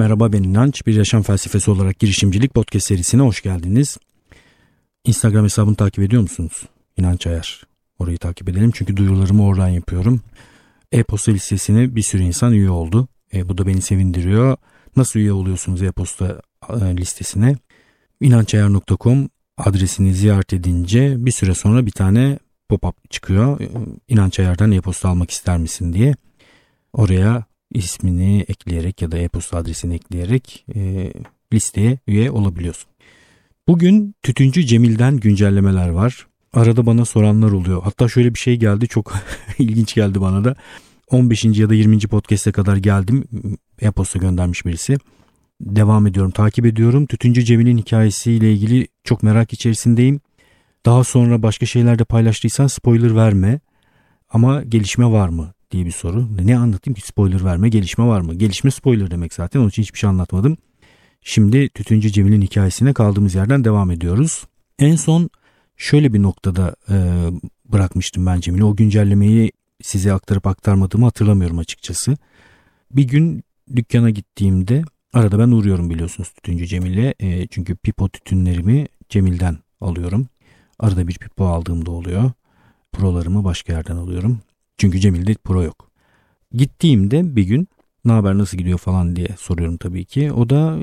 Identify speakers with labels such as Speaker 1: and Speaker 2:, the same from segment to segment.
Speaker 1: Merhaba, ben İnanç. Bir yaşam felsefesi olarak girişimcilik podcast serisine hoş geldiniz. Instagram hesabını takip ediyor musunuz? İnanç Ayar. Orayı takip edelim çünkü duyurularımı oradan yapıyorum. E-posta listesine bir sürü insan üye oldu. Bu da beni sevindiriyor. Nasıl üye oluyorsunuz e-posta listesine? inançayar.com adresini ziyaret edince bir süre sonra bir tane pop-up çıkıyor. İnanç Ayar'dan e-posta almak ister misin diye. Oraya ismini ekleyerek ya da e-posta adresini ekleyerek listeye üye olabiliyorsun. Bugün Tütüncü Cemil'den güncellemeler var. Arada bana soranlar oluyor. Hatta şöyle bir şey geldi, çok ilginç geldi bana da. 15. ya da 20. podcast'e kadar geldim. E-posta göndermiş birisi. Devam ediyorum, takip ediyorum. Tütüncü Cemil'in hikayesiyle ilgili çok merak içerisindeyim. Daha sonra başka şeyler de paylaştıysan spoiler verme. Ama gelişme var mı diye bir soru. Ne anlatayım ki, spoiler verme, gelişme var mı? Gelişme spoiler demek zaten, onun için hiçbir şey anlatmadım. Şimdi Tütüncü Cemil'in hikayesine kaldığımız yerden devam ediyoruz. En son şöyle bir noktada bırakmıştım ben Cemil'i. O güncellemeyi size aktarıp aktarmadığımı hatırlamıyorum açıkçası. Bir gün dükkana gittiğimde, arada ben uğruyorum biliyorsunuz Tütüncü Cemil'e. Çünkü pipo tütünlerimi Cemil'den alıyorum. Arada bir pipo aldığımda oluyor. Prolarımı başka yerden alıyorum. Çünkü Cemil'de pro yok. Gittiğimde bir gün ne haber, nasıl gidiyor falan diye soruyorum tabii ki. O da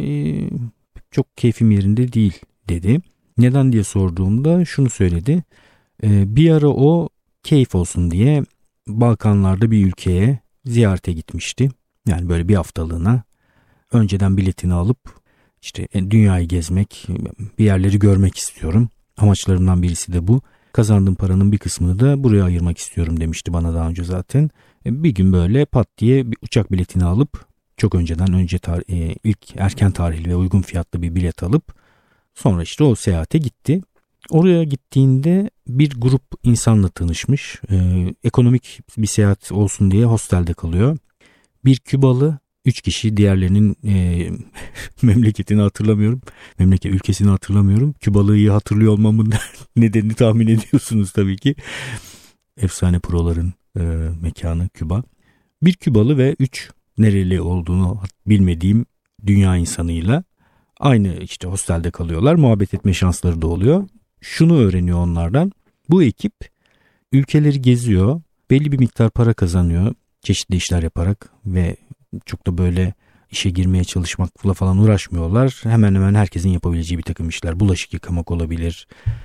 Speaker 1: çok keyfim yerinde değil dedi. Neden diye sorduğumda şunu söyledi. Bir ara o keyif olsun diye Balkanlarda bir ülkeye ziyarete gitmişti. Yani böyle bir haftalığına. Önceden biletini alıp işte dünyayı gezmek, bir yerleri görmek istiyorum. Amaçlarımdan birisi de bu. Kazandığım paranın bir kısmını da buraya ayırmak istiyorum demişti bana daha önce zaten. Bir gün böyle pat diye bir uçak biletini alıp, çok önceden ilk erken tarihli ve uygun fiyatlı bir bilet alıp sonra işte o seyahate gitti. Oraya gittiğinde bir grup insanla tanışmış. Ekonomik bir seyahat olsun diye hostelde kalıyor. Bir Kübalı, 3 kişi, diğerlerinin memleketini hatırlamıyorum. Ülkesini hatırlamıyorum. Kübalı'yı hatırlıyor olmamın nedenini tahmin ediyorsunuz tabii ki. Efsane proların mekanı Küba. Bir Kübalı ve 3 nereli olduğunu bilmediğim dünya insanıyla aynı işte hostelde kalıyorlar. Muhabbet etme şansları da oluyor. Şunu öğreniyor onlardan. Bu ekip ülkeleri geziyor. Belli bir miktar para kazanıyor. Çeşitli işler yaparak ve çok da böyle işe girmeye çalışmakla falan uğraşmıyorlar. Hemen hemen herkesin yapabileceği bir takım işler. Bulaşık yıkamak olabilir,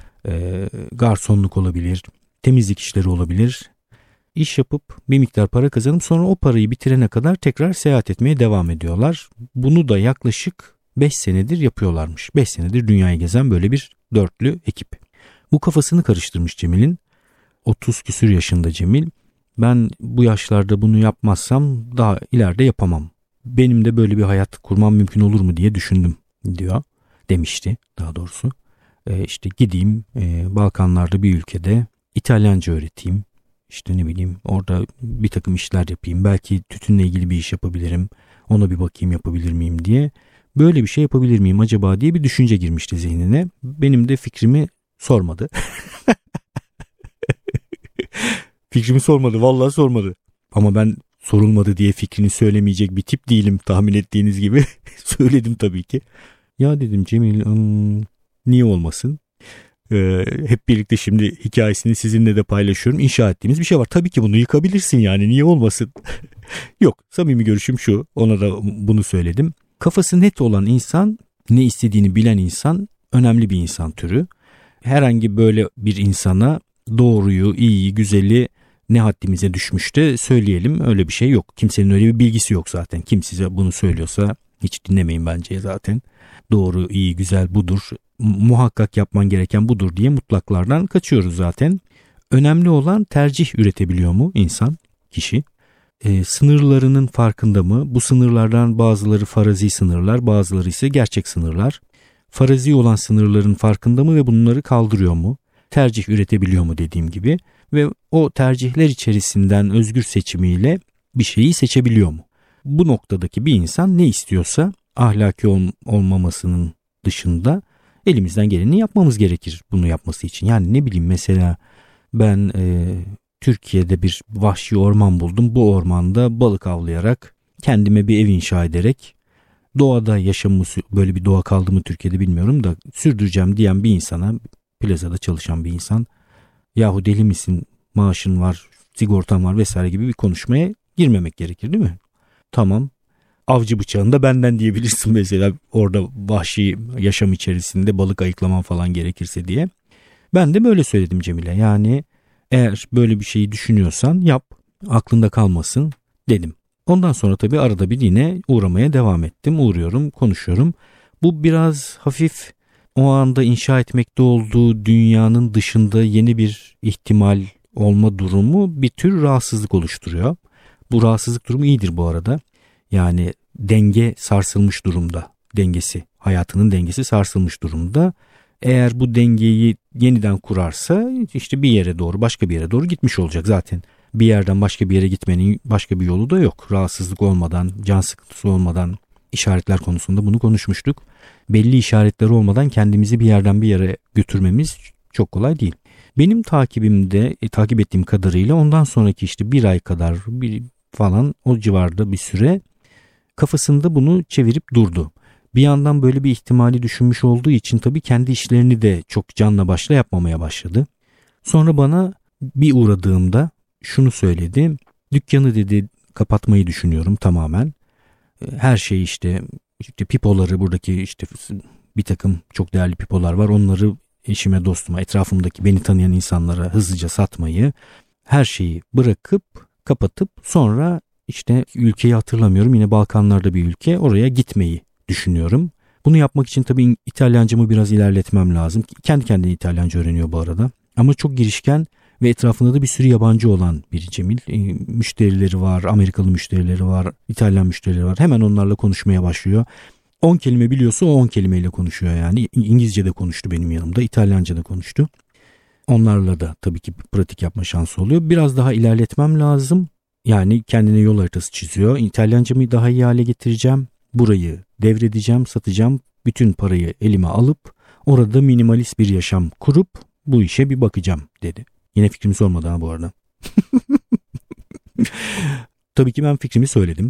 Speaker 1: garsonluk olabilir, temizlik işleri olabilir. İş yapıp bir miktar para kazanıp sonra o parayı bitirene kadar tekrar seyahat etmeye devam ediyorlar. Bunu da yaklaşık 5 senedir yapıyorlarmış. 5 senedir dünyayı gezen böyle bir dörtlü ekip. Bu kafasını karıştırmış Cemil'in. 30 küsür yaşında Cemil. Ben bu yaşlarda bunu yapmazsam daha ileride yapamam. Benim de böyle bir hayat kurmam mümkün olur mu diye düşündüm demişti daha doğrusu. İşte gideyim Balkanlarda bir ülkede İtalyanca öğreteyim. İşte ne bileyim, orada bir takım işler yapayım. Belki tütünle ilgili bir iş yapabilirim. Ona bir bakayım, yapabilir miyim diye. Böyle bir şey yapabilir miyim acaba diye bir düşünce girmişti zihnine. Benim de fikrimi sormadı. Fikrimi sormadı, vallahi sormadı. Ama ben sorulmadı diye fikrini söylemeyecek bir tip değilim, tahmin ettiğiniz gibi. Söyledim tabii ki. Ya dedim Cemil, niye olmasın? Hep birlikte şimdi hikayesini sizinle de paylaşıyorum. İnşa ettiğimiz bir şey var. Tabii ki bunu yıkabilirsin, yani niye olmasın? Yok, samimi görüşüm şu. Ona da bunu söyledim. Kafası net olan insan, ne istediğini bilen insan önemli bir insan türü. Herhangi böyle bir insana doğruyu, iyiyi, güzeli ne haddimize düşmüşte söyleyelim, öyle bir şey yok. Kimsenin öyle bir bilgisi yok zaten. Kim size bunu söylüyorsa hiç dinlemeyin bence zaten. Doğru, iyi, güzel budur. Muhakkak yapman gereken budur diye mutlaklardan kaçıyoruz zaten. Önemli olan tercih üretebiliyor mu insan, kişi? Sınırlarının farkında mı? Bu sınırlardan bazıları farazi sınırlar, bazıları ise gerçek sınırlar. Farazi olan sınırların farkında mı ve bunları kaldırıyor mu? Tercih üretebiliyor mu dediğim gibi? Ve o tercihler içerisinden özgür seçimiyle bir şeyi seçebiliyor mu? Bu noktadaki bir insan ne istiyorsa ahlaki olmamasının dışında elimizden geleni yapmamız gerekir bunu yapması için. Yani ne bileyim, mesela ben Türkiye'de bir vahşi orman buldum. Bu ormanda balık avlayarak, kendime bir ev inşa ederek doğada yaşamımı, böyle bir doğa kaldı mı Türkiye'de bilmiyorum da, sürdüreceğim diyen bir insana, plazada çalışan bir insan, yahu deli misin, maaşın var, sigortan var vesaire gibi bir konuşmaya girmemek gerekir değil mi? Tamam, avcı bıçağını da benden diyebilirsin mesela, orada vahşi yaşam içerisinde balık ayıklaman falan gerekirse diye. Ben de böyle söyledim Cemile, yani eğer böyle bir şeyi düşünüyorsan yap, aklında kalmasın dedim. Ondan sonra tabii arada bir yine uğramaya devam ettim. Uğruyorum, konuşuyorum. Bu biraz hafif o anda inşa etmekte olduğu dünyanın dışında yeni bir ihtimal olma durumu bir tür rahatsızlık oluşturuyor. Bu rahatsızlık durumu iyidir bu arada. Yani denge sarsılmış durumda. Hayatının dengesi sarsılmış durumda. Eğer bu dengeyi yeniden kurarsa işte bir yere doğru, başka bir yere doğru gitmiş olacak zaten. Bir yerden başka bir yere gitmenin başka bir yolu da yok. Rahatsızlık olmadan, can sıkıntısı olmadan, işaretler konusunda bunu konuşmuştuk. Belli işaretler olmadan kendimizi bir yerden bir yere götürmemiz çok kolay değil. Benim takip ettiğim kadarıyla ondan sonraki işte bir ay kadar falan, o civarda bir süre kafasında bunu çevirip durdu. Bir yandan böyle bir ihtimali düşünmüş olduğu için tabii kendi işlerini de çok canla başla yapmamaya başladı. Sonra bana bir uğradığımda şunu söyledi. Dükkanı dedi kapatmayı düşünüyorum tamamen. Her şey işte pipoları, buradaki işte bir takım çok değerli pipolar var. Onları eşime, dostuma, etrafımdaki beni tanıyan insanlara hızlıca satmayı, her şeyi bırakıp kapatıp sonra işte ülkeyi hatırlamıyorum, yine Balkanlarda bir ülke, oraya gitmeyi düşünüyorum. Bunu yapmak için tabii İtalyancamı biraz ilerletmem lazım. Kendi kendine İtalyanca öğreniyor bu arada. Ama çok girişken ve etrafında da bir sürü yabancı olan biri Cemil. Müşterileri var, Amerikalı müşterileri var, İtalyan müşterileri var. Hemen onlarla konuşmaya başlıyor. 10 kelime biliyorsa o 10 kelimeyle konuşuyor yani. İngilizce de konuştu benim yanımda, İtalyanca da konuştu. Onlarla da tabii ki pratik yapma şansı oluyor. Biraz daha ilerletmem lazım. Yani kendine yol haritası çiziyor. İtalyancamı daha iyi hale getireceğim. Burayı devredeceğim, satacağım. Bütün parayı elime alıp orada minimalist bir yaşam kurup bu işe bir bakacağım dedi. Yine fikrimi sormadı ha bu arada. Tabii ki ben fikrimi söyledim.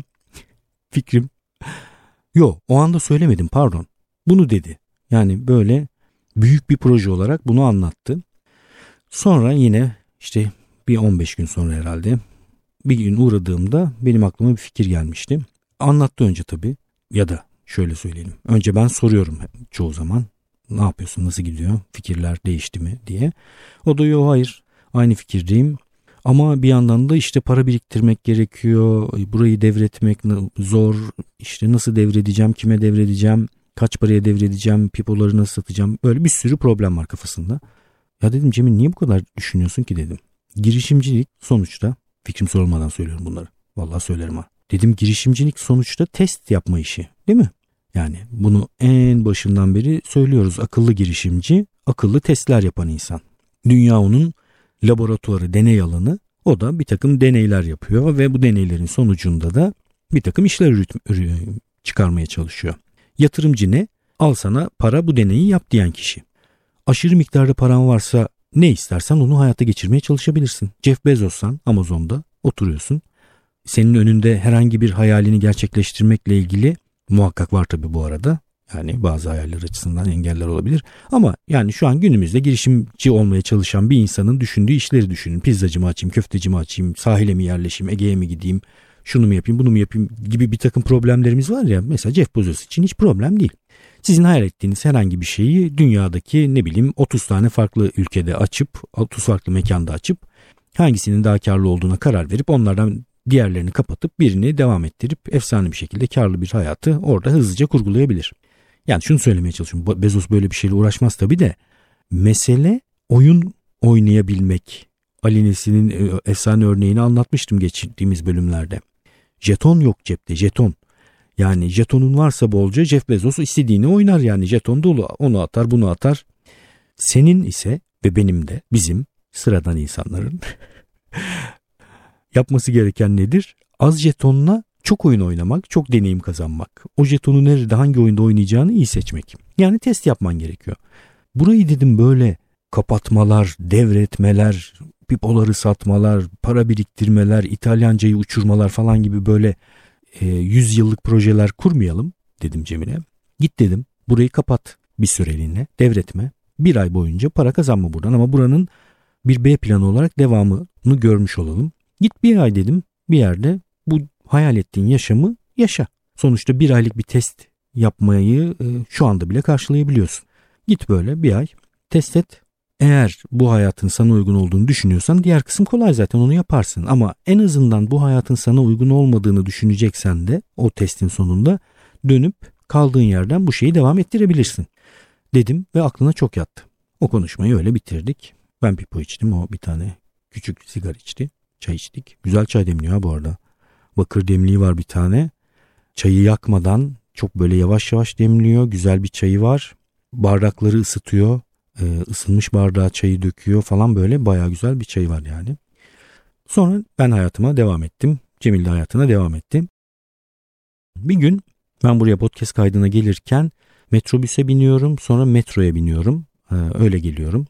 Speaker 1: O anda söylemedim, pardon. Bunu dedi. Yani böyle büyük bir proje olarak bunu anlattı. Sonra yine işte bir 15 gün sonra herhalde bir gün uğradığımda benim aklıma bir fikir gelmişti. Anlattı önce tabii, ya da şöyle söyleyelim. Önce ben soruyorum çoğu zaman. Ne yapıyorsun, nasıl gidiyor, fikirler değişti mi diye. O da yok, hayır, aynı fikirdeyim. Ama bir yandan da işte para biriktirmek gerekiyor. Burayı devretmek zor. İşte nasıl devredeceğim, kime devredeceğim, kaç paraya devredeceğim, pipoları nasıl satacağım. Böyle bir sürü problem var kafasında. Ya dedim Cemil, niye bu kadar düşünüyorsun ki dedim. Girişimcilik sonuçta, fikrim sorulmadan söylüyorum bunları. Vallahi söylerim ha. Dedim girişimcilik sonuçta test yapma işi değil mi? Yani bunu en başından beri söylüyoruz. Akıllı girişimci, akıllı testler yapan insan. Dünya onun laboratuvarı, deney alanı. O da bir takım deneyler yapıyor ve bu deneylerin sonucunda da bir takım işler çıkarmaya çalışıyor. Yatırımcı ne? Al sana para, bu deneyi yap diyen kişi. Aşırı miktarda paran varsa ne istersen onu hayata geçirmeye çalışabilirsin. Jeff Bezos'san Amazon'da oturuyorsun. Senin önünde herhangi bir hayalini gerçekleştirmekle ilgili muhakkak var tabii bu arada. Yani bazı hayaller açısından engeller olabilir. Ama yani şu an günümüzde girişimci olmaya çalışan bir insanın düşündüğü işleri düşünün. Pizzacı mı açayım, köfteci mi açayım, sahile mi yerleşeyim, Ege'ye mi gideyim, şunu mu yapayım, bunu mu yapayım gibi bir takım problemlerimiz var ya. Mesela Jeff Bezos için hiç problem değil. Sizin hayal ettiğiniz herhangi bir şeyi dünyadaki 30 tane farklı ülkede açıp, 30 farklı mekanda açıp hangisinin daha karlı olduğuna karar verip onlardan diğerlerini kapatıp birini devam ettirip efsane bir şekilde karlı bir hayatı orada hızlıca kurgulayabilir. Yani şunu söylemeye çalışıyorum. Bezos böyle bir şeyle uğraşmaz tabii de. Mesele oyun oynayabilmek. Ali Nesin'in efsane örneğini anlatmıştım geçtiğimiz bölümlerde. Jeton yok cepte, jeton. Yani jetonun varsa bolca Jeff Bezos istediğini oynar yani. Jeton dolu, onu atar, bunu atar. Senin ise ve benim de, bizim sıradan insanların yapması gereken nedir? Az jetonla çok oyun oynamak, çok deneyim kazanmak. O jetonu nerede, hangi oyunda oynayacağını iyi seçmek. Yani test yapman gerekiyor. Burayı dedim böyle kapatmalar, devretmeler, pipoları satmalar, para biriktirmeler, İtalyancayı uçurmalar falan gibi böyle 100 yıllık projeler kurmayalım. dedim Cemil'e. Git dedim, burayı kapat bir süreliğine, devretme. Bir ay boyunca para kazanma buradan ama buranın bir B planı olarak devamını görmüş olalım. Git bir ay dedim bir yerde bu hayal ettiğin yaşamı yaşa. Sonuçta bir aylık bir test yapmayı şu anda bile karşılayabiliyorsun. Git böyle bir ay test et. Eğer bu hayatın sana uygun olduğunu düşünüyorsan diğer kısım kolay, zaten onu yaparsın. Ama en azından bu hayatın sana uygun olmadığını düşüneceksen de o testin sonunda dönüp kaldığın yerden bu şeyi devam ettirebilirsin dedim ve aklına çok yattı. O konuşmayı öyle bitirdik. Ben pipo içtim, o bir tane küçük sigara içti. Çay içtik. Güzel çay demliyor bu arada. Bakır demliği var bir tane. Çayı yakmadan çok böyle yavaş yavaş demliyor. Güzel bir çayı var. Bardakları ısıtıyor. Isınmış bardağa çayı döküyor falan, böyle bayağı güzel bir çayı var yani. Sonra ben hayatıma devam ettim. Cemil de hayatına devam etti. Bir gün ben buraya podcast kaydına gelirken metrobüse biniyorum, sonra metroya biniyorum. Öyle geliyorum.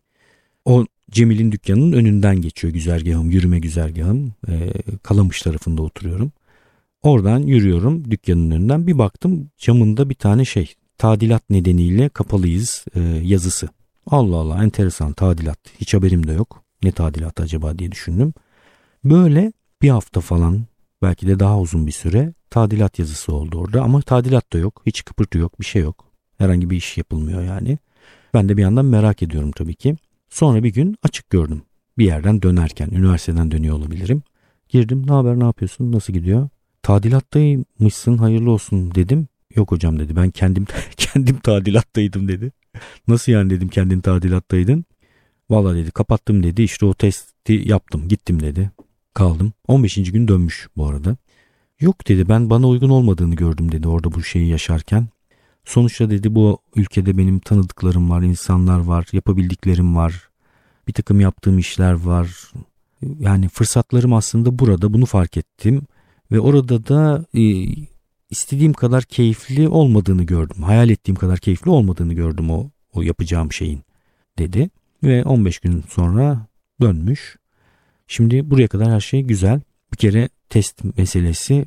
Speaker 1: O Cemil'in dükkanının önünden geçiyor güzergahım, yürüme güzergahım. Kalamış tarafında oturuyorum. Oradan yürüyorum dükkanın önünden, bir baktım camında bir tane tadilat nedeniyle kapalıyız yazısı. Allah Allah, enteresan, tadilat, hiç haberim de yok. Ne tadilat acaba diye düşündüm. Böyle bir hafta falan, belki de daha uzun bir süre tadilat yazısı oldu orada ama tadilat da yok, hiç kıpırtı yok, bir şey yok. Herhangi bir iş yapılmıyor yani. Ben de bir yandan merak ediyorum tabii ki. Sonra bir gün açık gördüm. Bir yerden dönerken, üniversiteden dönüyor olabilirim. Girdim, ne haber, ne yapıyorsun, nasıl gidiyor? Tadilattaymışsın, hayırlı olsun dedim. Yok hocam dedi, ben kendim tadilattaydım dedi. Nasıl yani dedim, kendin tadilattaydın? Vallahi dedi, kapattım dedi, işte o testi yaptım, gittim dedi. Kaldım. 15. gün dönmüş bu arada. Yok dedi, ben bana uygun olmadığını gördüm dedi orada bu şeyi yaşarken. Sonuçta dedi bu ülkede benim tanıdıklarım var, insanlar var, yapabildiklerim var. Bir takım yaptığım işler var. Yani fırsatlarım aslında burada, bunu fark ettim. Ve orada da istediğim kadar keyifli olmadığını gördüm. Hayal ettiğim kadar keyifli olmadığını gördüm o yapacağım şeyin dedi. Ve 15 gün sonra dönmüş. Şimdi buraya kadar her şey güzel. Bir kere test meselesi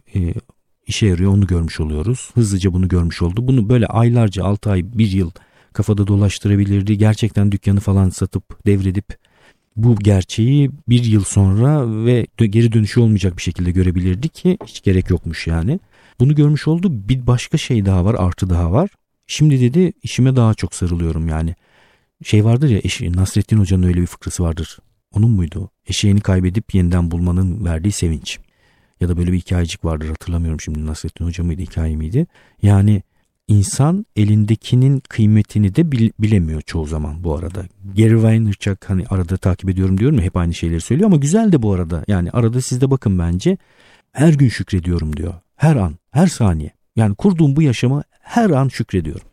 Speaker 1: işe yarıyor, onu görmüş oluyoruz. Hızlıca bunu görmüş oldu. Bunu böyle aylarca, 6 ay, 1 yıl kafada dolaştırabilirdi. Gerçekten dükkanı falan satıp devredip bu gerçeği 1 yıl sonra ve geri dönüşü olmayacak bir şekilde görebilirdi ki hiç gerek yokmuş yani. Bunu görmüş oldu. Bir başka şey daha var, artı daha var. Şimdi dedi işime daha çok sarılıyorum yani. Vardır ya, Nasrettin Hoca'nın öyle bir fıkrası vardır. Onun muydu? Eşeğini kaybedip yeniden bulmanın verdiği sevinç. Ya da böyle bir hikayecik vardır, hatırlamıyorum şimdi, Nasrettin Hoca mıydı, hikaye miydi? Yani insan elindekinin kıymetini de bilemiyor çoğu zaman bu arada. Gary Vaynerchuk, hani arada takip ediyorum diyorum ya, hep aynı şeyleri söylüyor ama güzel de bu arada. Yani arada siz de bakın bence, her gün şükrediyorum diyor. Her an, her saniye. Yani kurduğum bu yaşama her an şükrediyorum.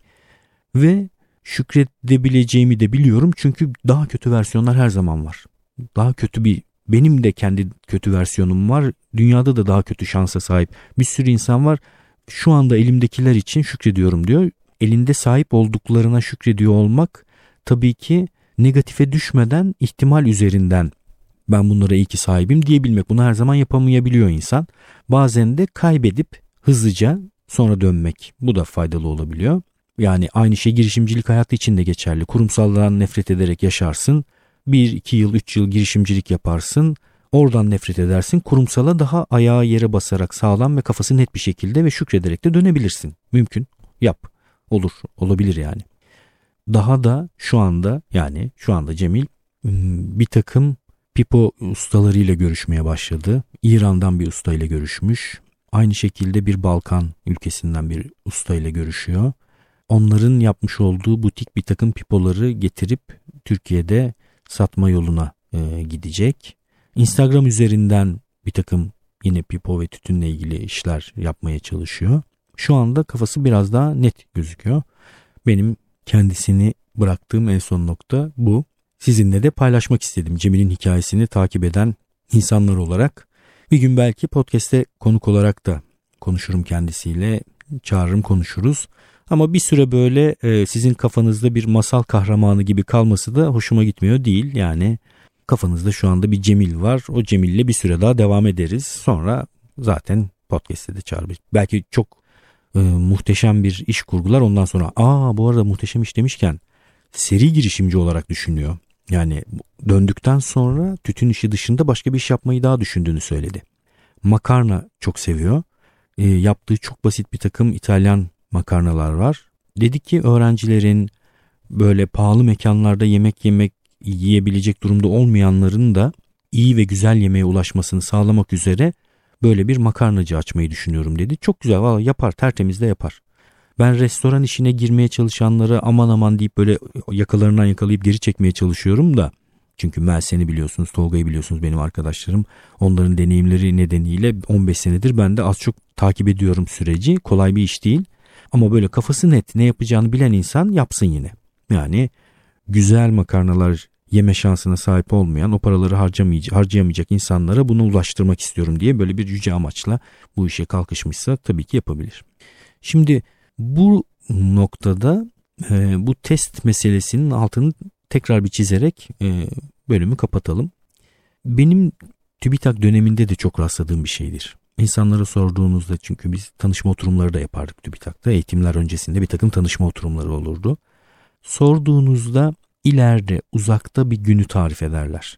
Speaker 1: Ve şükredebileceğimi de biliyorum çünkü daha kötü versiyonlar her zaman var. Daha kötü benim de kendi kötü versiyonum var. Dünyada da daha kötü şansa sahip bir sürü insan var. Şu anda elimdekiler için şükrediyorum diyor. Elinde sahip olduklarına şükrediyor olmak tabii ki negatife düşmeden ihtimal üzerinden ben bunlara iyi ki sahibim diyebilmek. Bunu her zaman yapamayabiliyor insan. Bazen de kaybedip hızlıca sonra dönmek. Bu da faydalı olabiliyor. Yani aynı şey girişimcilik hayatı için de geçerli. Kurumsaldan nefret ederek yaşarsın. 1, 2 yıl, 3 yıl girişimcilik yaparsın. Oradan nefret edersin. Kurumsala daha ayağı yere basarak sağlam ve kafası net bir şekilde ve şükrederek de dönebilirsin. Mümkün. Yap. Olur. Olabilir yani. Daha da şu anda Cemil bir takım pipo ustalarıyla görüşmeye başladı. İran'dan bir usta ile görüşmüş. Aynı şekilde bir Balkan ülkesinden bir usta ile görüşüyor. Onların yapmış olduğu butik bir takım pipoları getirip Türkiye'de satma yoluna gidecek. Instagram üzerinden bir takım yine pipo ve tütünle ilgili işler yapmaya çalışıyor. Şu anda kafası biraz daha net gözüküyor. Benim kendisini bıraktığım en son nokta bu. Sizinle de paylaşmak istedim. Cemil'in hikayesini takip eden insanlar olarak. Bir gün belki podcast'te konuk olarak da konuşurum kendisiyle. Çağırırım, konuşuruz. Ama bir süre böyle sizin kafanızda bir masal kahramanı gibi kalması da hoşuma gitmiyor değil. Yani kafanızda şu anda bir Cemil var. O Cemil'le bir süre daha devam ederiz. Sonra zaten podcast'te de çağırırım. Belki çok muhteşem bir iş kurgular. Ondan sonra bu arada muhteşem iş demişken seri girişimci olarak düşünüyor. Yani döndükten sonra tütün işi dışında başka bir iş yapmayı daha düşündüğünü söyledi. Makarna çok seviyor. Yaptığı çok basit bir takım İtalyan makarnalar var. Dedi ki öğrencilerin, böyle pahalı mekanlarda yemek yiyebilecek durumda olmayanların da iyi ve güzel yemeğe ulaşmasını sağlamak üzere böyle bir makarnacı açmayı düşünüyorum dedi. Çok güzel, vallahi yapar, tertemiz de yapar. Ben restoran işine girmeye çalışanları aman aman deyip böyle yakalarından yakalayıp geri çekmeye çalışıyorum da. Çünkü Melsen'i biliyorsunuz, Tolga'yı biliyorsunuz, benim arkadaşlarım. Onların deneyimleri nedeniyle 15 senedir ben de az çok takip ediyorum süreci. Kolay bir iş değil. Ama böyle kafası net, ne yapacağını bilen insan yapsın yine. Yani güzel makarnalar yeme şansına sahip olmayan, o paraları harcayamayacak insanlara bunu ulaştırmak istiyorum diye böyle bir yüce amaçla bu işe kalkışmışsa tabii ki yapabilir. Şimdi bu noktada bu test meselesinin altını tekrar bir çizerek bölümü kapatalım. Benim TÜBİTAK döneminde de çok rastladığım bir şeydir. İnsanlara sorduğunuzda, çünkü biz tanışma oturumları da yapardık TÜBİTAK'ta. Eğitimler öncesinde bir takım tanışma oturumları olurdu. Sorduğunuzda ileride, uzakta bir günü tarif ederler.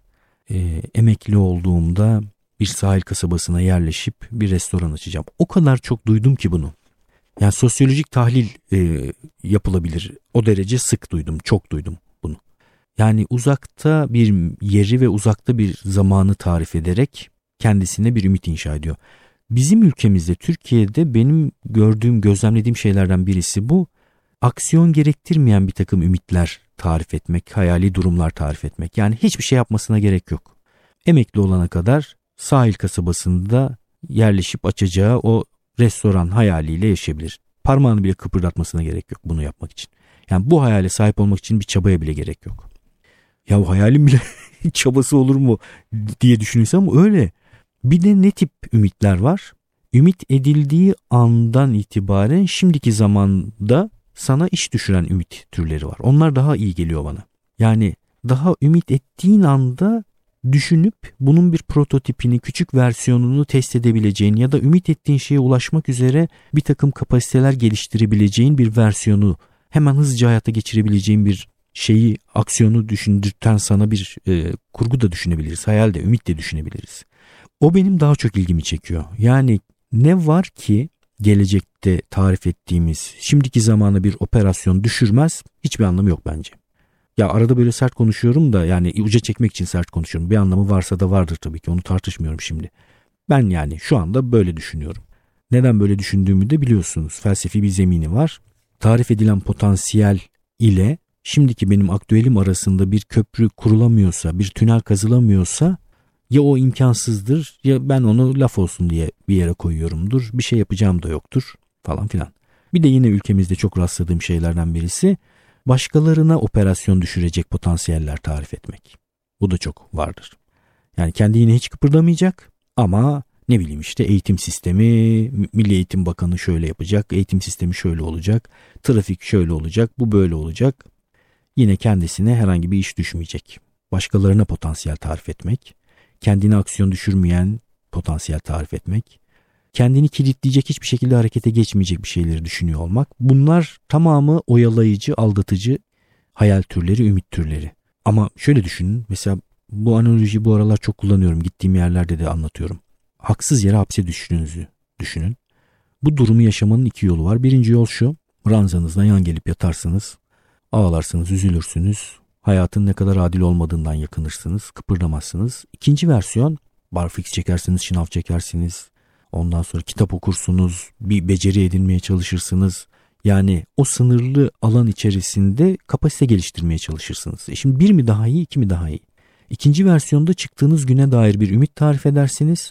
Speaker 1: Emekli olduğumda bir sahil kasabasına yerleşip bir restoran açacağım. O kadar çok duydum ki bunu. Yani sosyolojik tahlil yapılabilir. O derece sık duydum, çok duydum bunu. Yani uzakta bir yeri ve uzakta bir zamanı tarif ederek kendisine bir ümit inşa ediyor. Bizim ülkemizde, Türkiye'de benim gördüğüm, gözlemlediğim şeylerden birisi bu. Aksiyon gerektirmeyen bir takım ümitler tarif etmek, hayali durumlar tarif etmek. Yani hiçbir şey yapmasına gerek yok. Emekli olana kadar sahil kasabasında yerleşip açacağı o restoran hayaliyle yaşayabilir. Parmağını bile kıpırdatmasına gerek yok bunu yapmak için. Yani bu hayale sahip olmak için bir çabaya bile gerek yok. Ya o hayalin bile çabası olur mu diye düşünüyorsam öyle. Bir de ne tip ümitler var? Ümit edildiği andan itibaren şimdiki zamanda sana iş düşüren ümit türleri var. Onlar daha iyi geliyor bana. Yani daha ümit ettiğin anda düşünüp bunun bir prototipini, küçük versiyonunu test edebileceğin ya da ümit ettiğin şeye ulaşmak üzere bir takım kapasiteler geliştirebileceğin bir versiyonu, hemen hızlıca hayata geçirebileceğin bir şeyi, aksiyonu düşündürten sana bir kurgu da düşünebiliriz. Hayal de, ümit de düşünebiliriz. O benim daha çok ilgimi çekiyor. Yani ne var ki gelecekte tarif ettiğimiz şimdiki zamana bir operasyon düşürmez? Hiçbir anlamı yok bence. Ya arada böyle sert konuşuyorum da, yani uca çekmek için sert konuşuyorum. Bir anlamı varsa da vardır tabii ki, onu tartışmıyorum şimdi. Ben yani şu anda böyle düşünüyorum. Neden böyle düşündüğümü de biliyorsunuz. Felsefi bir zemini var. Tarif edilen potansiyel ile şimdiki benim aktüelim arasında bir köprü kurulamıyorsa, bir tünel kazılamıyorsa ya o imkansızdır ya ben onu laf olsun diye bir yere koyuyorumdur. Bir şey yapacağım da yoktur falan filan. Bir de yine ülkemizde çok rastladığım şeylerden birisi, başkalarına operasyon düşürecek potansiyeller tarif etmek. Bu da çok vardır. Yani kendi yine hiç kıpırdamayacak ama ne bileyim işte eğitim sistemi, Milli Eğitim Bakanı şöyle yapacak, eğitim sistemi şöyle olacak, trafik şöyle olacak, bu böyle olacak. Yine kendisine herhangi bir iş düşmeyecek. Başkalarına potansiyel tarif etmek, kendine aksiyon düşürmeyen potansiyel tarif etmek, kendini kilitleyecek, hiçbir şekilde harekete geçmeyecek bir şeyleri düşünüyor olmak. Bunlar tamamı oyalayıcı, aldatıcı hayal türleri, ümit türleri. Ama şöyle düşünün, mesela bu analojiyi bu aralar çok kullanıyorum. Gittiğim yerlerde de anlatıyorum. Haksız yere hapse düştüğünüzü düşünün. Bu durumu yaşamanın iki yolu var. Birinci yol şu: ranzanızdan yan gelip yatarsınız. Ağlarsınız, üzülürsünüz. Hayatın ne kadar adil olmadığından yakınırsınız. Kıpırdamazsınız. İkinci versiyon, barfiks çekersiniz, şınav çekersiniz. Ondan sonra kitap okursunuz, bir beceri edinmeye çalışırsınız. Yani o sınırlı alan içerisinde kapasite geliştirmeye çalışırsınız. Şimdi bir mi daha iyi, iki mi daha iyi? İkinci versiyonda çıktığınız güne dair bir ümit tarif edersiniz.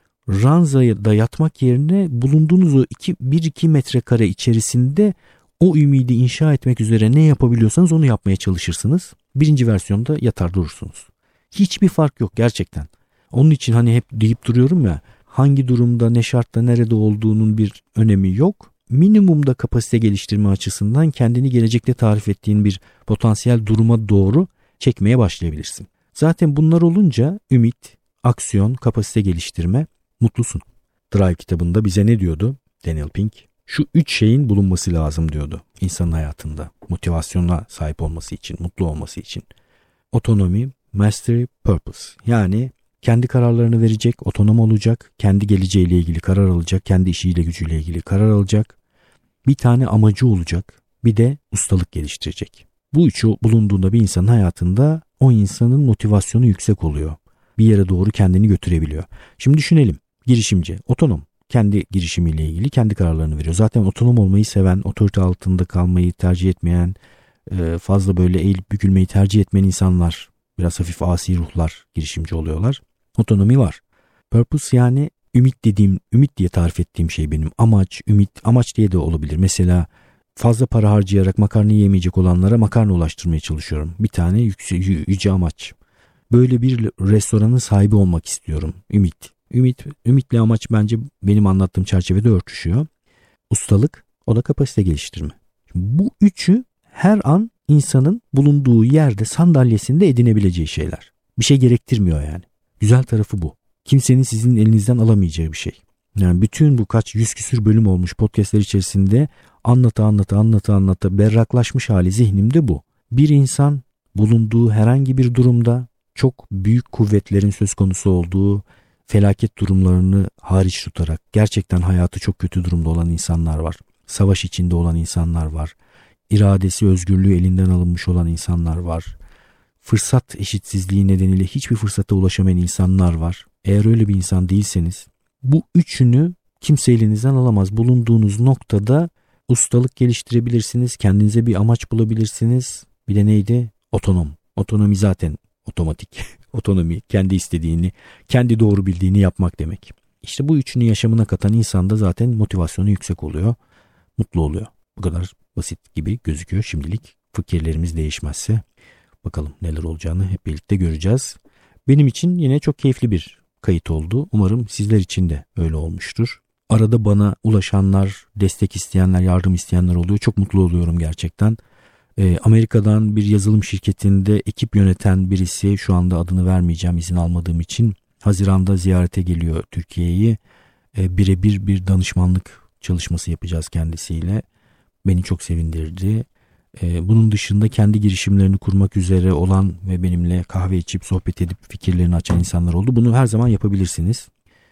Speaker 1: Ranzada yatmak yerine bulunduğunuz o 1-2 metrekare içerisinde o ümidi inşa etmek üzere ne yapabiliyorsanız onu yapmaya çalışırsınız. Birinci versiyonda yatar durursunuz. Hiçbir fark yok gerçekten. Onun için hani hep deyip duruyorum ya, hangi durumda, ne şartta, nerede olduğunun bir önemi yok. Minimumda kapasite geliştirme açısından kendini gelecekte tarif ettiğin bir potansiyel duruma doğru çekmeye başlayabilirsin. Zaten bunlar olunca ümit, aksiyon, kapasite geliştirme, mutlusun. Drive kitabında bize ne diyordu Daniel Pink? Şu 3 şeyin bulunması lazım diyordu insanın hayatında. Motivasyona sahip olması için, mutlu olması için. Otonomi, mastery, purpose. Yani kendi kararlarını verecek, otonom olacak, kendi geleceğiyle ilgili karar alacak, kendi işiyle gücüyle ilgili karar alacak. Bir tane amacı olacak, bir de ustalık geliştirecek. Bu üçü bulunduğunda bir insanın hayatında o insanın motivasyonu yüksek oluyor. Bir yere doğru kendini götürebiliyor. Şimdi düşünelim, girişimci, otonom. Kendi girişimiyle ilgili kendi kararlarını veriyor. Zaten otonom olmayı seven, otorite altında kalmayı tercih etmeyen, fazla böyle eğilip bükülmeyi tercih etmeyen insanlar, biraz hafif asi ruhlar girişimci oluyorlar. Otonomi var. Purpose yani ümit diye tarif ettiğim şey benim. Amaç, ümit, amaç diye de olabilir. Mesela fazla para harcayarak makarna yemeyecek olanlara makarna ulaştırmaya çalışıyorum. Bir tane yüce amaç. Böyle bir restoranın sahibi olmak istiyorum. Ümitle amaç bence benim anlattığım çerçevede örtüşüyor. Ustalık, o da kapasite geliştirme. Bu üçü her an insanın bulunduğu yerde, sandalyesinde edinebileceği şeyler. Bir şey gerektirmiyor yani. Güzel tarafı bu. Kimsenin sizin elinizden alamayacağı bir şey. Yani bütün bu kaç 100 küsür bölüm olmuş podcastler içerisinde anlata berraklaşmış hali zihnimde bu. Bir insan bulunduğu herhangi bir durumda çok büyük kuvvetlerin söz konusu olduğu felaket durumlarını hariç tutarak gerçekten hayatı çok kötü durumda olan insanlar var. Savaş içinde olan insanlar var. İradesi, özgürlüğü elinden alınmış olan insanlar var. Fırsat eşitsizliği nedeniyle hiçbir fırsata ulaşamayan insanlar var. Eğer öyle bir insan değilseniz bu üçünü kimse elinizden alamaz. Bulunduğunuz noktada ustalık geliştirebilirsiniz. Kendinize bir amaç bulabilirsiniz. Bir de neydi? Otonom. Otonomi zaten otomatik. Otonomi kendi istediğini, kendi doğru bildiğini yapmak demek. İşte bu üçünü yaşamına katan insanda zaten motivasyonu yüksek oluyor. Mutlu oluyor. Bu kadar basit gibi gözüküyor şimdilik. Fikirlerimiz değişmezse bakalım neler olacağını hep birlikte göreceğiz. Benim için yine çok keyifli bir kayıt oldu. Umarım sizler için de öyle olmuştur. Arada bana ulaşanlar, destek isteyenler, yardım isteyenler oluyor. Çok mutlu oluyorum gerçekten. Amerika'dan bir yazılım şirketinde ekip yöneten birisi, şu anda adını vermeyeceğim izin almadığım için, Haziran'da ziyarete geliyor Türkiye'yi. Birebir bir danışmanlık çalışması yapacağız kendisiyle. Beni çok sevindirdi. Bunun dışında kendi girişimlerini kurmak üzere olan ve benimle kahve içip sohbet edip fikirlerini açan insanlar oldu. Bunu her zaman yapabilirsiniz.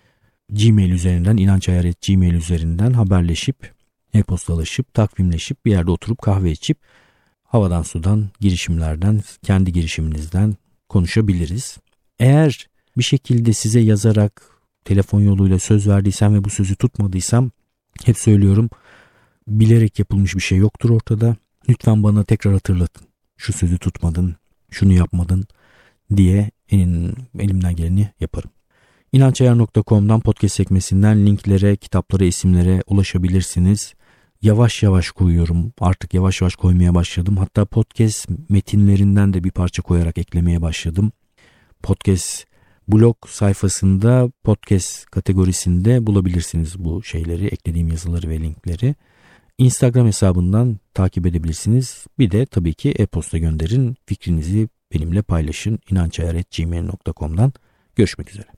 Speaker 1: Gmail üzerinden, inançayar@gmail üzerinden haberleşip, e-postalaşıp, takvimleşip bir yerde oturup kahve içip havadan sudan, girişimlerden, kendi girişiminizden konuşabiliriz. Eğer bir şekilde size yazarak, telefon yoluyla söz verdiysem ve bu sözü tutmadıysam, hep söylüyorum, bilerek yapılmış bir şey yoktur ortada. Lütfen bana tekrar hatırlatın. Şu sözü tutmadın, şunu yapmadın diye elimden geleni yaparım. İnançayar.com'dan podcast sekmesinden linklere, kitaplara, isimlere ulaşabilirsiniz. Yavaş yavaş koyuyorum. Artık yavaş yavaş koymaya başladım. Hatta podcast metinlerinden de bir parça koyarak eklemeye başladım. Podcast blog sayfasında podcast kategorisinde bulabilirsiniz bu şeyleri, eklediğim yazıları ve linkleri. Instagram hesabından takip edebilirsiniz. Bir de tabii ki e-posta gönderin. Fikrinizi benimle paylaşın. inançayar@gmail.com'dan. Görüşmek üzere.